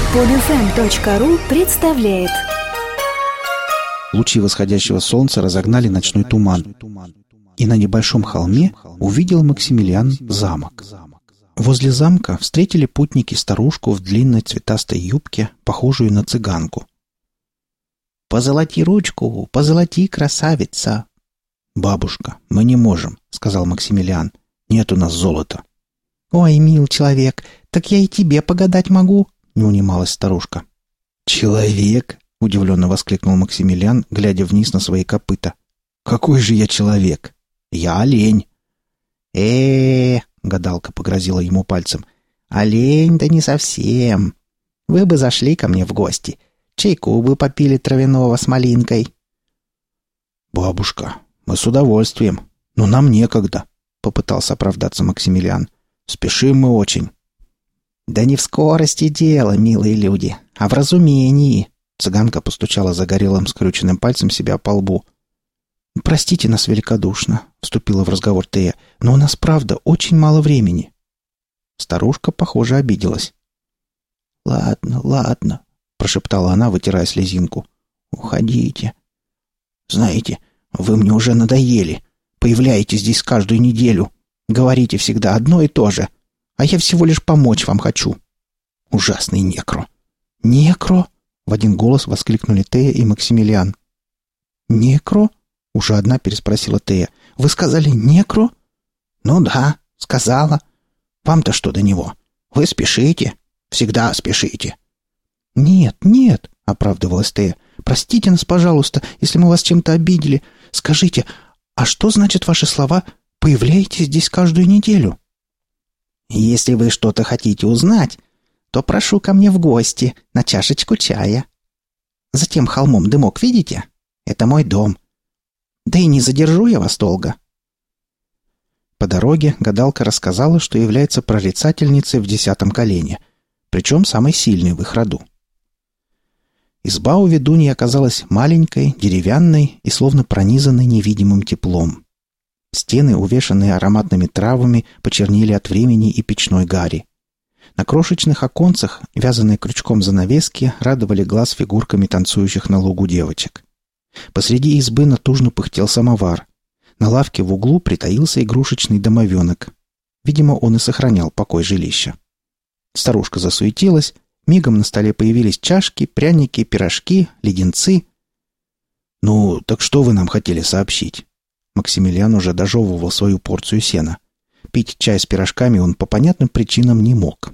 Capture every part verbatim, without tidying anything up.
Подфм точка ру представляет. Лучи восходящего солнца разогнали ночной туман, и на небольшом холме увидел Максимилиан замок. Возле замка встретили путники старушку в длинной цветастой юбке, похожую на цыганку. «Позолоти ручку, позолоти, красавица!» «Бабушка, мы не можем», — сказал Максимилиан. «Нет у нас золота». «Ой, мил человек, так я и тебе погадать могу», — не унималась старушка. «Человек?» — удивленно воскликнул Максимилиан, глядя вниз на свои копыта. «Какой же я человек? Я олень!» э гадалка погрозила ему пальцем. «Олень, да не совсем. Вы бы зашли ко мне в гости. Чайку бы попили травяного с малинкой». «Бабушка, мы с удовольствием, но нам некогда», — попытался оправдаться Максимилиан. «Спешим мы очень». «Да не в скорости дело, милые люди, а в разумении». Цыганка постучала загорелым скрюченным пальцем себя по лбу. «Простите нас великодушно», — вступила в разговор Тея, «но у нас, правда, очень мало времени». Старушка, похоже, обиделась. «Ладно, ладно», — прошептала она, вытирая слезинку. «Уходите. Знаете, вы мне уже надоели. Появляетесь здесь каждую неделю. Говорите всегда одно и то же. А я всего лишь помочь вам хочу. Ужасный некро». «Некро?» — в один голос воскликнули Тея и Максимилиан. «Некро?» — уже одна переспросила Тея. «Вы сказали некро?» «Ну да, сказала. Вам-то что до него? Вы спешите. Всегда спешите». «Нет, нет», — оправдывалась Тея. «Простите нас, пожалуйста, если мы вас чем-то обидели. Скажите, а что значит ваши слова «появляетесь здесь каждую неделю»?» «Если вы что-то хотите узнать, то прошу ко мне в гости на чашечку чая. За тем холмом дымок видите? Это мой дом. Да и не задержу я вас долго». По дороге гадалка рассказала, что является прорицательницей в десятом колене, причем самой сильной в их роду. Изба у ведуньи оказалась маленькой, деревянной и словно пронизанной невидимым теплом. Стены, увешанные ароматными травами, почернели от времени и печной гари. На крошечных оконцах, вязаные крючком занавески, радовали глаз фигурками танцующих на лугу девочек. Посреди избы натужно пыхтел самовар. На лавке в углу притаился игрушечный домовенок. Видимо, он и сохранял покой жилища. Старушка засуетилась. Мигом на столе появились чашки, пряники, пирожки, леденцы. «Ну, так что вы нам хотели сообщить?» Максимилиан уже дожевывал свою порцию сена. Пить чай с пирожками он по понятным причинам не мог.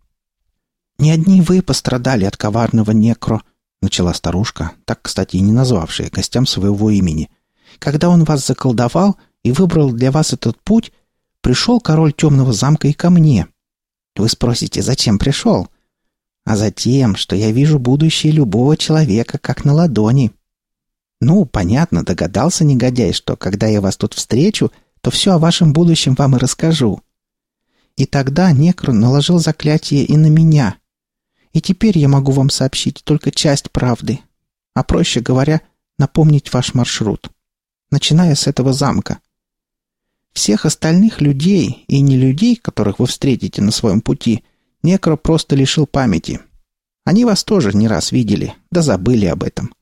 «Не одни вы пострадали от коварного некро», — начала старушка, так, кстати, и не назвавшая гостям своего имени. «Когда он вас заколдовал и выбрал для вас этот путь, пришел король темного замка и ко мне. Вы спросите, зачем пришел? А затем, что я вижу будущее любого человека как на ладони. Ну, понятно, догадался негодяй, что когда я вас тут встречу, то все о вашем будущем вам и расскажу. И тогда некро наложил заклятие и на меня. И теперь я могу вам сообщить только часть правды, а, проще говоря, напомнить ваш маршрут, начиная с этого замка. Всех остальных людей и не людей, которых вы встретите на своем пути, некро просто лишил памяти. Они вас тоже не раз видели, да забыли об этом.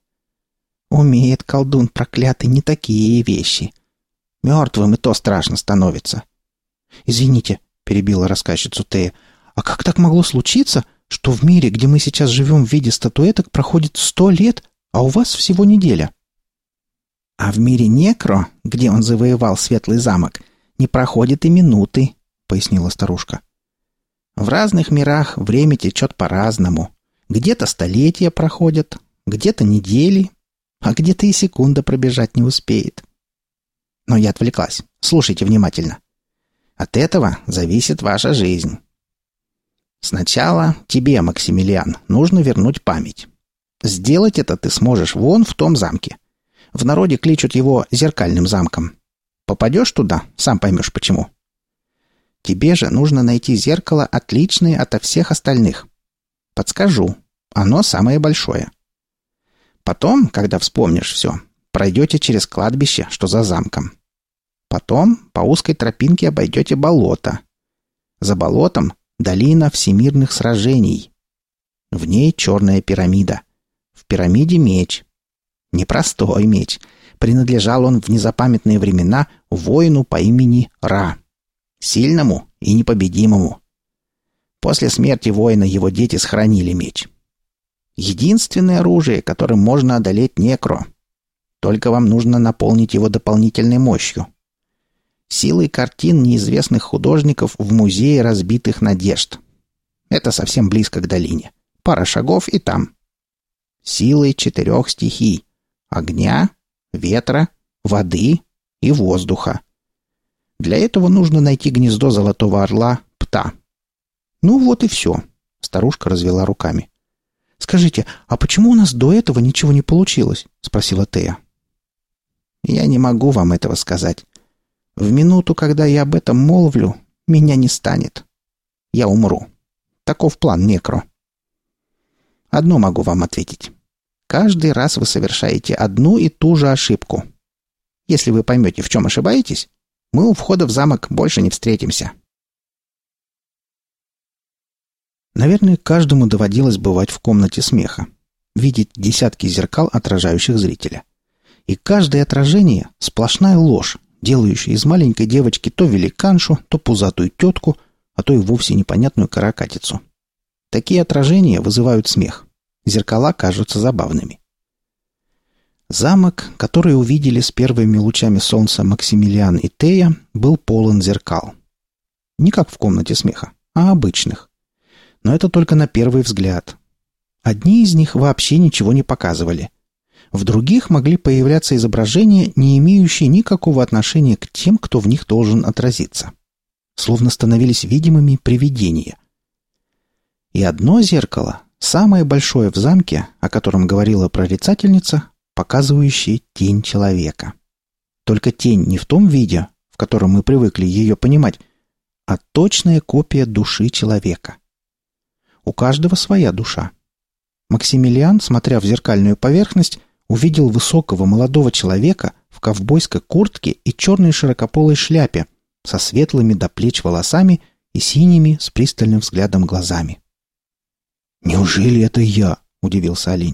Умеет колдун проклятый не такие вещи. Мертвым и то страшно становится». «Извините», — перебила рассказчицу Тея, «а как так могло случиться, что в мире, где мы сейчас живем в виде статуэток, проходит сто лет, а у вас всего неделя?» «А в мире некро, где он завоевал Светлый замок, не проходит и минуты», — пояснила старушка. «В разных мирах время течет по-разному. Где-то столетия проходят, где-то недели, а где-то и секунда пробежать не успеет. Но я отвлеклась. Слушайте внимательно. От этого зависит ваша жизнь. Сначала тебе, Максимилиан, нужно вернуть память. Сделать это ты сможешь вон в том замке. В народе кличут его зеркальным замком. Попадешь туда, сам поймешь почему. Тебе же нужно найти зеркало, отличное ото всех остальных. Подскажу. Оно самое большое. Потом, когда вспомнишь все, пройдете через кладбище, что за замком. Потом по узкой тропинке обойдете болото. За болотом долина всемирных сражений. В ней черная пирамида. В пирамиде меч. Непростой меч. Принадлежал он в незапамятные времена воину по имени Ра. Сильному и непобедимому. После смерти воина его дети сохранили меч. Единственное оружие, которым можно одолеть некро. Только вам нужно наполнить его дополнительной мощью. Силой картин неизвестных художников в музее разбитых надежд. Это совсем близко к долине. Пара шагов и там. Силой четырех стихий. Огня, ветра, воды и воздуха. Для этого нужно найти гнездо золотого орла Пта. Ну вот и все. Старушка развела руками. «Скажите, а почему у нас до этого ничего не получилось?» — спросила Тея. «Я не могу вам этого сказать. В минуту, когда я об этом молвлю, меня не станет. Я умру. Таков план Некро. Одно могу вам ответить. Каждый раз вы совершаете одну и ту же ошибку. Если вы поймете, в чем ошибаетесь, мы у входа в замок больше не встретимся». Наверное, каждому доводилось бывать в комнате смеха, видеть десятки зеркал, отражающих зрителя. И каждое отражение — сплошная ложь, делающая из маленькой девочки то великаншу, то пузатую тетку, а то и вовсе непонятную каракатицу. Такие отражения вызывают смех. Зеркала кажутся забавными. Замок, который увидели с первыми лучами солнца Максимилиан и Тея, был полон зеркал. Не как в комнате смеха, а обычных. Но это только на первый взгляд. Одни из них вообще ничего не показывали. В других могли появляться изображения, не имеющие никакого отношения к тем, кто в них должен отразиться. Словно становились видимыми привидения. И одно зеркало, самое большое в замке, о котором говорила прорицательница, показывающее тень человека. Только тень не в том виде, в котором мы привыкли ее понимать, а точная копия души человека. У каждого своя душа. Максимилиан, смотря в зеркальную поверхность, увидел высокого молодого человека в ковбойской куртке и черной широкополой шляпе со светлыми до плеч волосами и синими с пристальным взглядом глазами. «Неужели это я?» — удивился олень.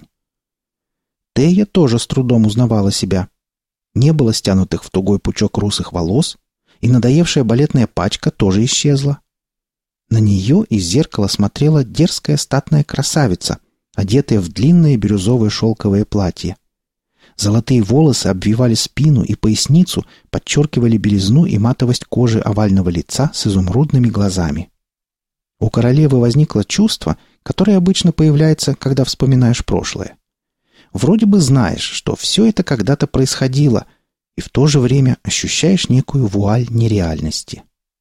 Тея тоже с трудом узнавала себя. Не было стянутых в тугой пучок русых волос, и надоевшая балетная пачка тоже исчезла. На нее из зеркала смотрела дерзкая статная красавица, одетая в длинное бирюзовое шелковое платье. Золотые волосы обвивали спину и поясницу, подчеркивали белизну и матовость кожи овального лица с изумрудными глазами. У королевы возникло чувство, которое обычно появляется, когда вспоминаешь прошлое. Вроде бы знаешь, что все это когда-то происходило, и в то же время ощущаешь некую вуаль нереальности.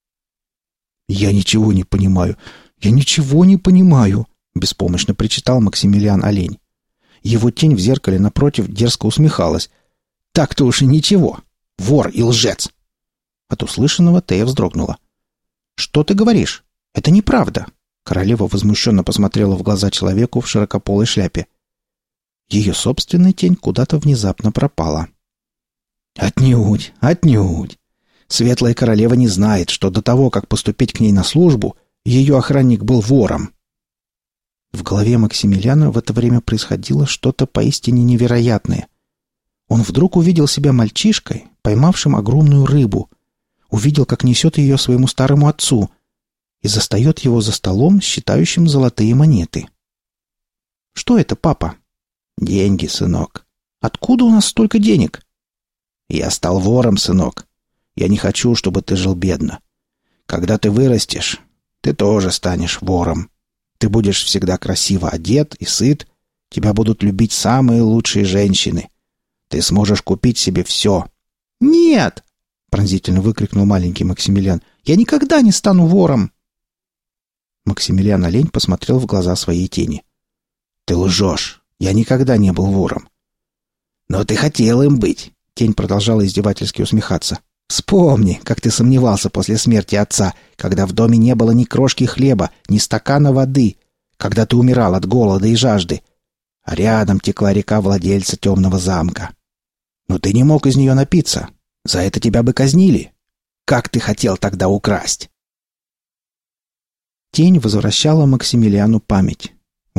«Я ничего не понимаю! Я ничего не понимаю!» — беспомощно причитал Максимилиан олень. Его тень в зеркале напротив дерзко усмехалась. «Так-то уж и ничего! Вор и лжец!» От услышанного Тея вздрогнула. «Что ты говоришь? Это неправда!» Королева возмущенно посмотрела в глаза человеку в широкополой шляпе. Ее собственная тень куда-то внезапно пропала. «Отнюдь! Отнюдь! Светлая королева не знает, что до того, как поступить к ней на службу, ее охранник был вором». В голове Максимилиана в это время происходило что-то поистине невероятное. Он вдруг увидел себя мальчишкой, поймавшим огромную рыбу, увидел, как несет ее своему старому отцу, и застает его за столом, считающим золотые монеты. «Что это, папа?» «Деньги, сынок». «Откуда у нас столько денег?» «Я стал вором, сынок. Я не хочу, чтобы ты жил бедно. Когда ты вырастешь, ты тоже станешь вором. Ты будешь всегда красиво одет и сыт. Тебя будут любить самые лучшие женщины. Ты сможешь купить себе все». «Нет!» — пронзительно выкрикнул маленький Максимилиан. «Я никогда не стану вором!» Максимилиан олень посмотрел в глаза своей тени. «Ты лжешь. Я никогда не был вором». «Но ты хотел им быть!» Тень продолжала издевательски усмехаться. «Вспомни, как ты сомневался после смерти отца, когда в доме не было ни крошки хлеба, ни стакана воды, когда ты умирал от голода и жажды, а рядом текла река владельца темного замка. Но ты не мог из нее напиться. За это тебя бы казнили. Как ты хотел тогда украсть?» Тень возвращала Максимилиану память.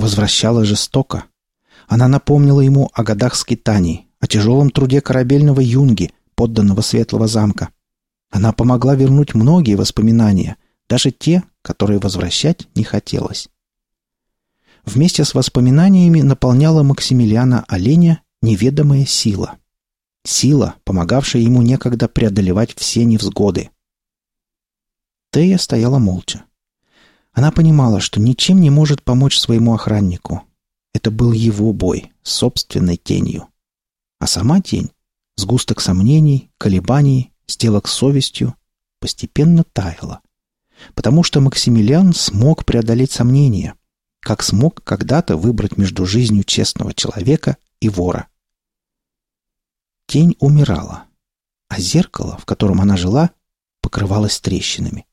возвращала жестоко. Она напомнила ему о годах скитаний, о тяжелом труде корабельного юнги, подданного Светлого замка. Она помогла вернуть многие воспоминания, даже те, которые возвращать не хотелось. Вместе с воспоминаниями наполняла Максимилиана Оленя неведомая сила. Сила, помогавшая ему некогда преодолевать все невзгоды. Тея стояла молча. Она понимала, что ничем не может помочь своему охраннику. Это был его бой с собственной тенью. А сама тень, сгусток сомнений, колебаний, сделок с совестью, постепенно таяла. Потому что Максимилиан смог преодолеть сомнения, как смог когда-то выбрать между жизнью честного человека и вора. Тень умирала, а зеркало, в котором она жила, покрывалось трещинами.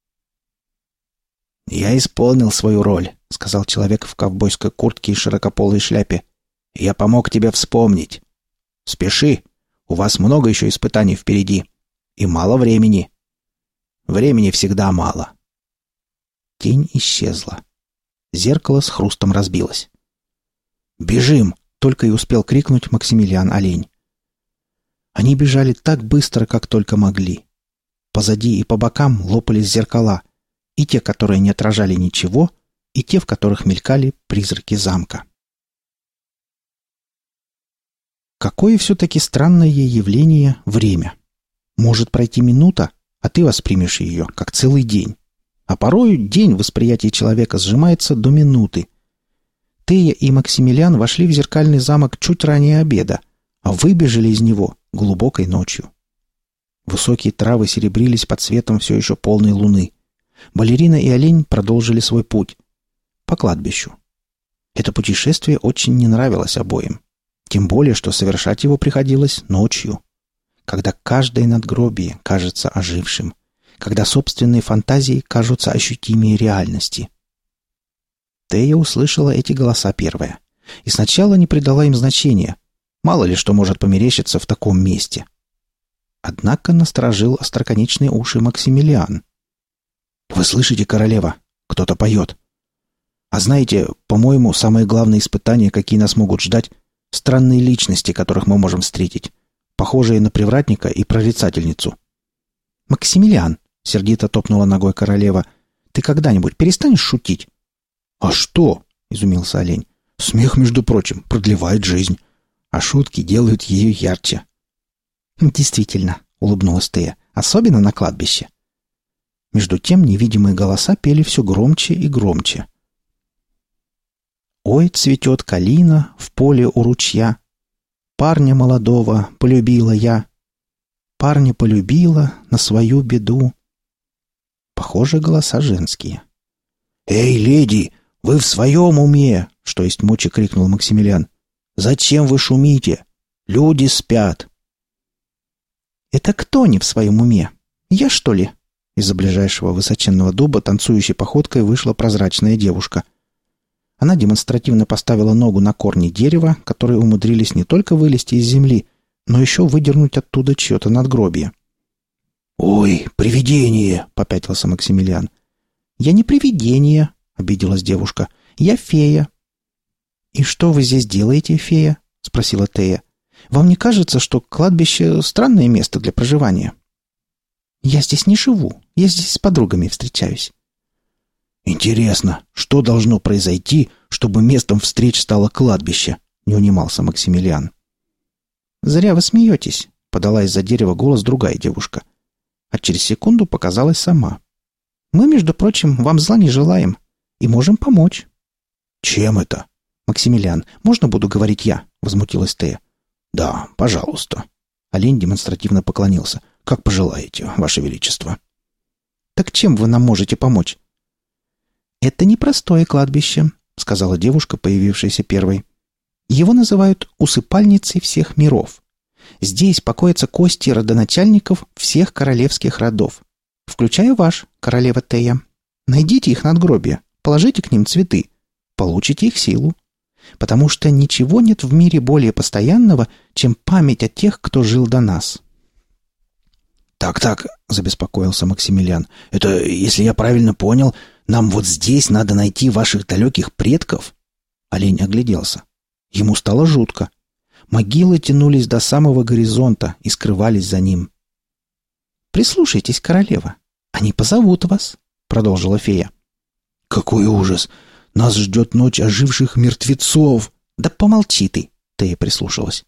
«Я исполнил свою роль», — сказал человек в ковбойской куртке и широкополой шляпе. «Я помог тебе вспомнить. Спеши, у вас много еще испытаний впереди, и мало времени. Времени всегда мало». Тень исчезла. Зеркало с хрустом разбилось. «Бежим!» — только и успел крикнуть Максимилиан Олень. Они бежали так быстро, как только могли. Позади и по бокам лопались зеркала, и те, которые не отражали ничего, и те, в которых мелькали призраки замка. Какое все-таки странное явление время. Может пройти минута, а ты воспримешь ее, как целый день. А порою день восприятия человека сжимается до минуты. Тея и Максимилиан вошли в зеркальный замок чуть ранее обеда, а выбежали из него глубокой ночью. Высокие травы серебрились под светом все еще полной луны. Балерина и олень продолжили свой путь. По кладбищу. Это путешествие очень не нравилось обоим. Тем более, что совершать его приходилось ночью, когда каждое надгробие кажется ожившим, когда собственные фантазии кажутся ощутимее реальности. Тея услышала эти голоса первая, и сначала не придала им значения. Мало ли что может померещиться в таком месте. Однако насторожил остроконечные уши Максимилиан. «Вы слышите, королева? Кто-то поет. А знаете, по-моему, самое главное испытание, какие нас могут ждать, странные личности, которых мы можем встретить, похожие на привратника и прорицательницу». «Максимилиан», — сердито топнула ногой королева, — «ты когда-нибудь перестанешь шутить?» «А что?» — изумился олень. «Смех, между прочим, продлевает жизнь, а шутки делают ее ярче». «Действительно», — улыбнулась Тея, — «особенно на кладбище». Между тем невидимые голоса пели все громче и громче. «Ой, цветет калина в поле у ручья, парня молодого полюбила я, парня полюбила на свою беду». Похоже, голоса женские. «Эй, леди, вы в своем уме?» — что есть мочи, крикнул Максимилиан. «Зачем вы шумите? Люди спят». «Это кто не в своем уме? Я, что ли?» Из-за ближайшего высоченного дуба танцующей походкой вышла прозрачная девушка. Она демонстративно поставила ногу на корни дерева, которые умудрились не только вылезти из земли, но еще выдернуть оттуда чье-то надгробие. «Ой, привидение!» — попятился Максимилиан. «Я не привидение!» — обиделась девушка. «Я фея!» «И что вы здесь делаете, фея?» — спросила Тея. «Вам не кажется, что кладбище — странное место для проживания?» «Я здесь не живу. Я здесь с подругами встречаюсь». «Интересно, что должно произойти, чтобы местом встреч стало кладбище?» — не унимался Максимилиан. «Зря вы смеетесь», — подала из-за дерева голос другая девушка. А через секунду показалась сама. «Мы, между прочим, вам зла не желаем и можем помочь». «Чем это?» «Максимилиан, можно буду говорить я?» — возмутилась Тея. «Да, пожалуйста». Олень демонстративно поклонился. «Как пожелаете, Ваше Величество». «Так чем вы нам можете помочь?» «Это непростое кладбище», — сказала девушка, появившаяся первой. «Его называют усыпальницей всех миров. Здесь покоятся кости родоначальников всех королевских родов, включая ваш, королева Тея. Найдите их надгробия, положите к ним цветы, получите их силу. Потому что ничего нет в мире более постоянного, чем память о тех, кто жил до нас». «Так-так», — забеспокоился Максимилиан, — «это, если я правильно понял, нам вот здесь надо найти ваших далеких предков? Олень огляделся. Ему стало жутко. Могилы тянулись до самого горизонта и скрывались за ним. «Прислушайтесь, королева. Они позовут вас», — продолжила фея. «Какой ужас! Нас ждет ночь оживших мертвецов!» «Да помолчи ты!» — Тея прислушалась.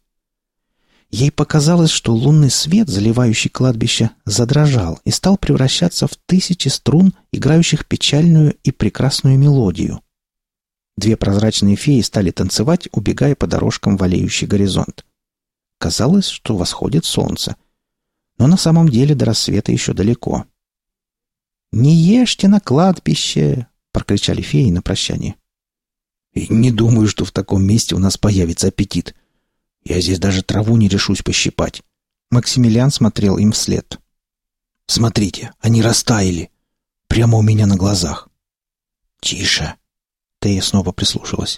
Ей показалось, что лунный свет, заливающий кладбище, задрожал и стал превращаться в тысячи струн, играющих печальную и прекрасную мелодию. Две прозрачные феи стали танцевать, убегая по дорожкам в аллеющий горизонт. Казалось, что восходит солнце. Но на самом деле до рассвета еще далеко. «Не ешьте на кладбище!» — прокричали феи на прощание. «И не думаю, что в таком месте у нас появится аппетит. Я здесь даже траву не решусь пощипать». Максимилиан смотрел им вслед. «Смотрите, они растаяли. Прямо у меня на глазах». «Тише!» — Тея снова прислушалась.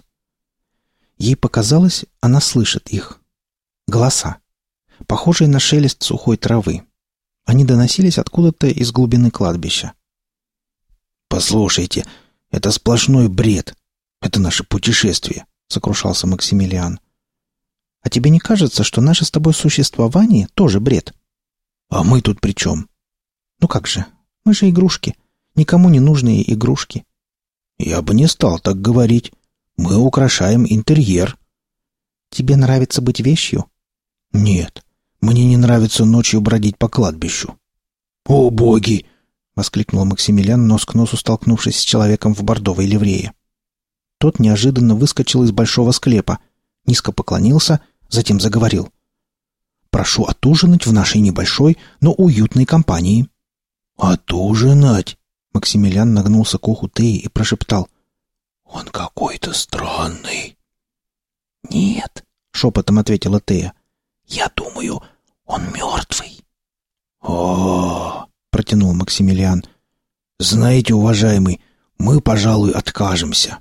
Ей показалось, она слышит их. Голоса, похожие на шелест сухой травы. Они доносились откуда-то из глубины кладбища. «Послушайте, это сплошной бред. Это наше путешествие», — сокрушался Максимилиан. «А тебе не кажется, что наше с тобой существование тоже бред?» «А мы тут при чем?» «Ну как же, мы же игрушки. Никому не нужные игрушки». «Я бы не стал так говорить. Мы украшаем интерьер». «Тебе нравится быть вещью?» «Нет, мне не нравится ночью бродить по кладбищу». «О, боги!» — воскликнул Максимилиан, нос к носу столкнувшись с человеком в бордовой ливрее. Тот неожиданно выскочил из большого склепа, низко поклонился, затем заговорил. «Прошу отужинать в нашей небольшой, но уютной компании». «Отужинать?» — Максимилиан нагнулся к уху Теи и прошептал. «Он какой-то странный». «Нет», — шепотом ответила Тея. «Я думаю, он мертвый». «О-о-о!» — протянул Максимилиан. «Знаете, уважаемый, мы, пожалуй, откажемся».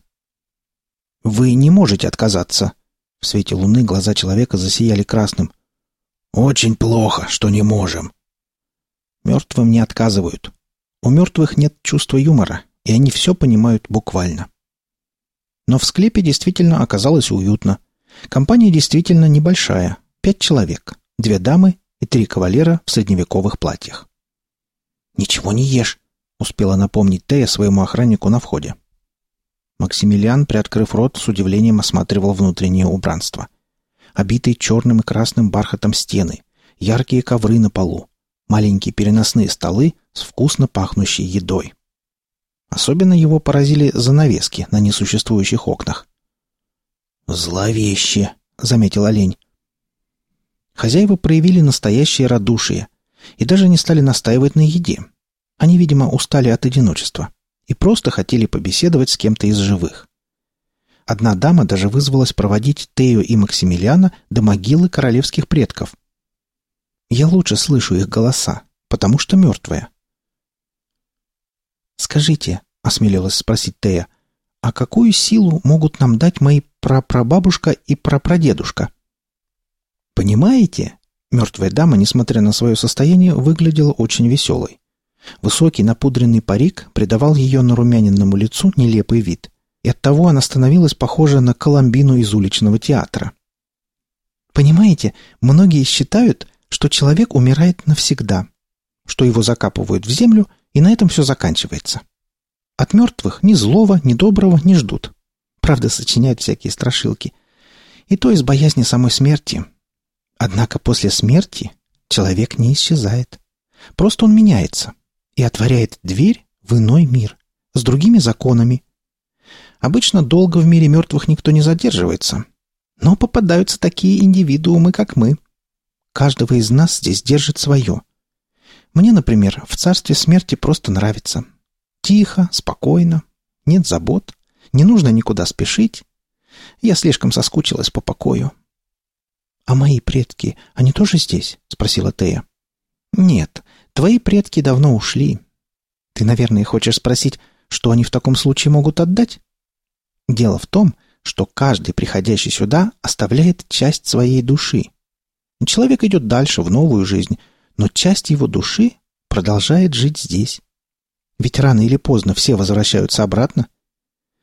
«Вы не можете отказаться». В свете луны глаза человека засияли красным. «Очень плохо, что не можем». «Мертвым не отказывают. У мертвых нет чувства юмора, и они все понимают буквально». Но в склепе действительно оказалось уютно. Компания действительно небольшая. Пять человек. Две дамы и три кавалера в средневековых платьях. «Ничего не ешь», — успела напомнить Тея своему охраннику на входе. Максимилиан, приоткрыв рот, с удивлением осматривал внутреннее убранство. Обитые черным и красным бархатом стены, яркие ковры на полу, маленькие переносные столы с вкусно пахнущей едой. Особенно его поразили занавески на несуществующих окнах. «Зловеще», — заметил олень. Хозяева проявили настоящее радушие и даже не стали настаивать на еде. Они, видимо, устали от одиночества и просто хотели побеседовать с кем-то из живых. Одна дама даже вызвалась проводить Тею и Максимилиана до могилы королевских предков. Я лучше слышу их голоса, потому что мертвая. «Скажите», — осмелилась спросить Тея, «а какую силу могут нам дать мои прапрабабушка и прапрадедушка?» «Понимаете?» Мертвая дама, несмотря на свое состояние, выглядела очень веселой. Высокий напудренный парик придавал ее нарумяненному лицу нелепый вид, и оттого она становилась похожа на Коломбину из уличного театра. «Понимаете, многие считают, что человек умирает навсегда, что его закапывают в землю, и на этом все заканчивается. От мертвых ни злого, ни доброго не ждут. Правда, сочиняют всякие страшилки. И то из боязни самой смерти. Однако после смерти человек не исчезает. Просто он меняется и отворяет дверь в иной мир с другими законами. Обычно долго в мире мертвых никто не задерживается. Но попадаются такие индивидуумы, как мы. Каждого из нас здесь держит свое. Мне, например, в царстве смерти просто нравится. Тихо, спокойно, нет забот, не нужно никуда спешить. Я слишком соскучилась по покою. «А мои предки, они тоже здесь?» — спросила Тея. «Нет, твои предки давно ушли. Ты, наверное, хочешь спросить, что они в таком случае могут отдать? Дело в том, что каждый, приходящий сюда, оставляет часть своей души. Человек идет дальше, в новую жизнь, но часть его души продолжает жить здесь. Ведь рано или поздно все возвращаются обратно.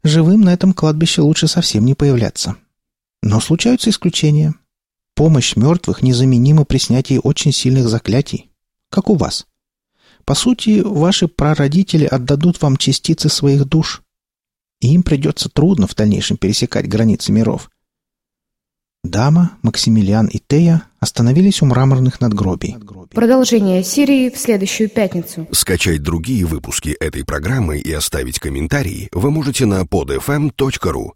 Живым на этом кладбище лучше совсем не появляться. Но случаются исключения. Помощь мертвых незаменима при снятии очень сильных заклятий, как у вас. По сути, ваши прародители отдадут вам частицы своих душ, и им придется трудно в дальнейшем пересекать границы миров. Дама, Максимилиан и Тея остановились у мраморных надгробий. Продолжение серии в следующую пятницу. Скачать другие выпуски этой программы и оставить комментарии вы можете на под эф эм точка ру.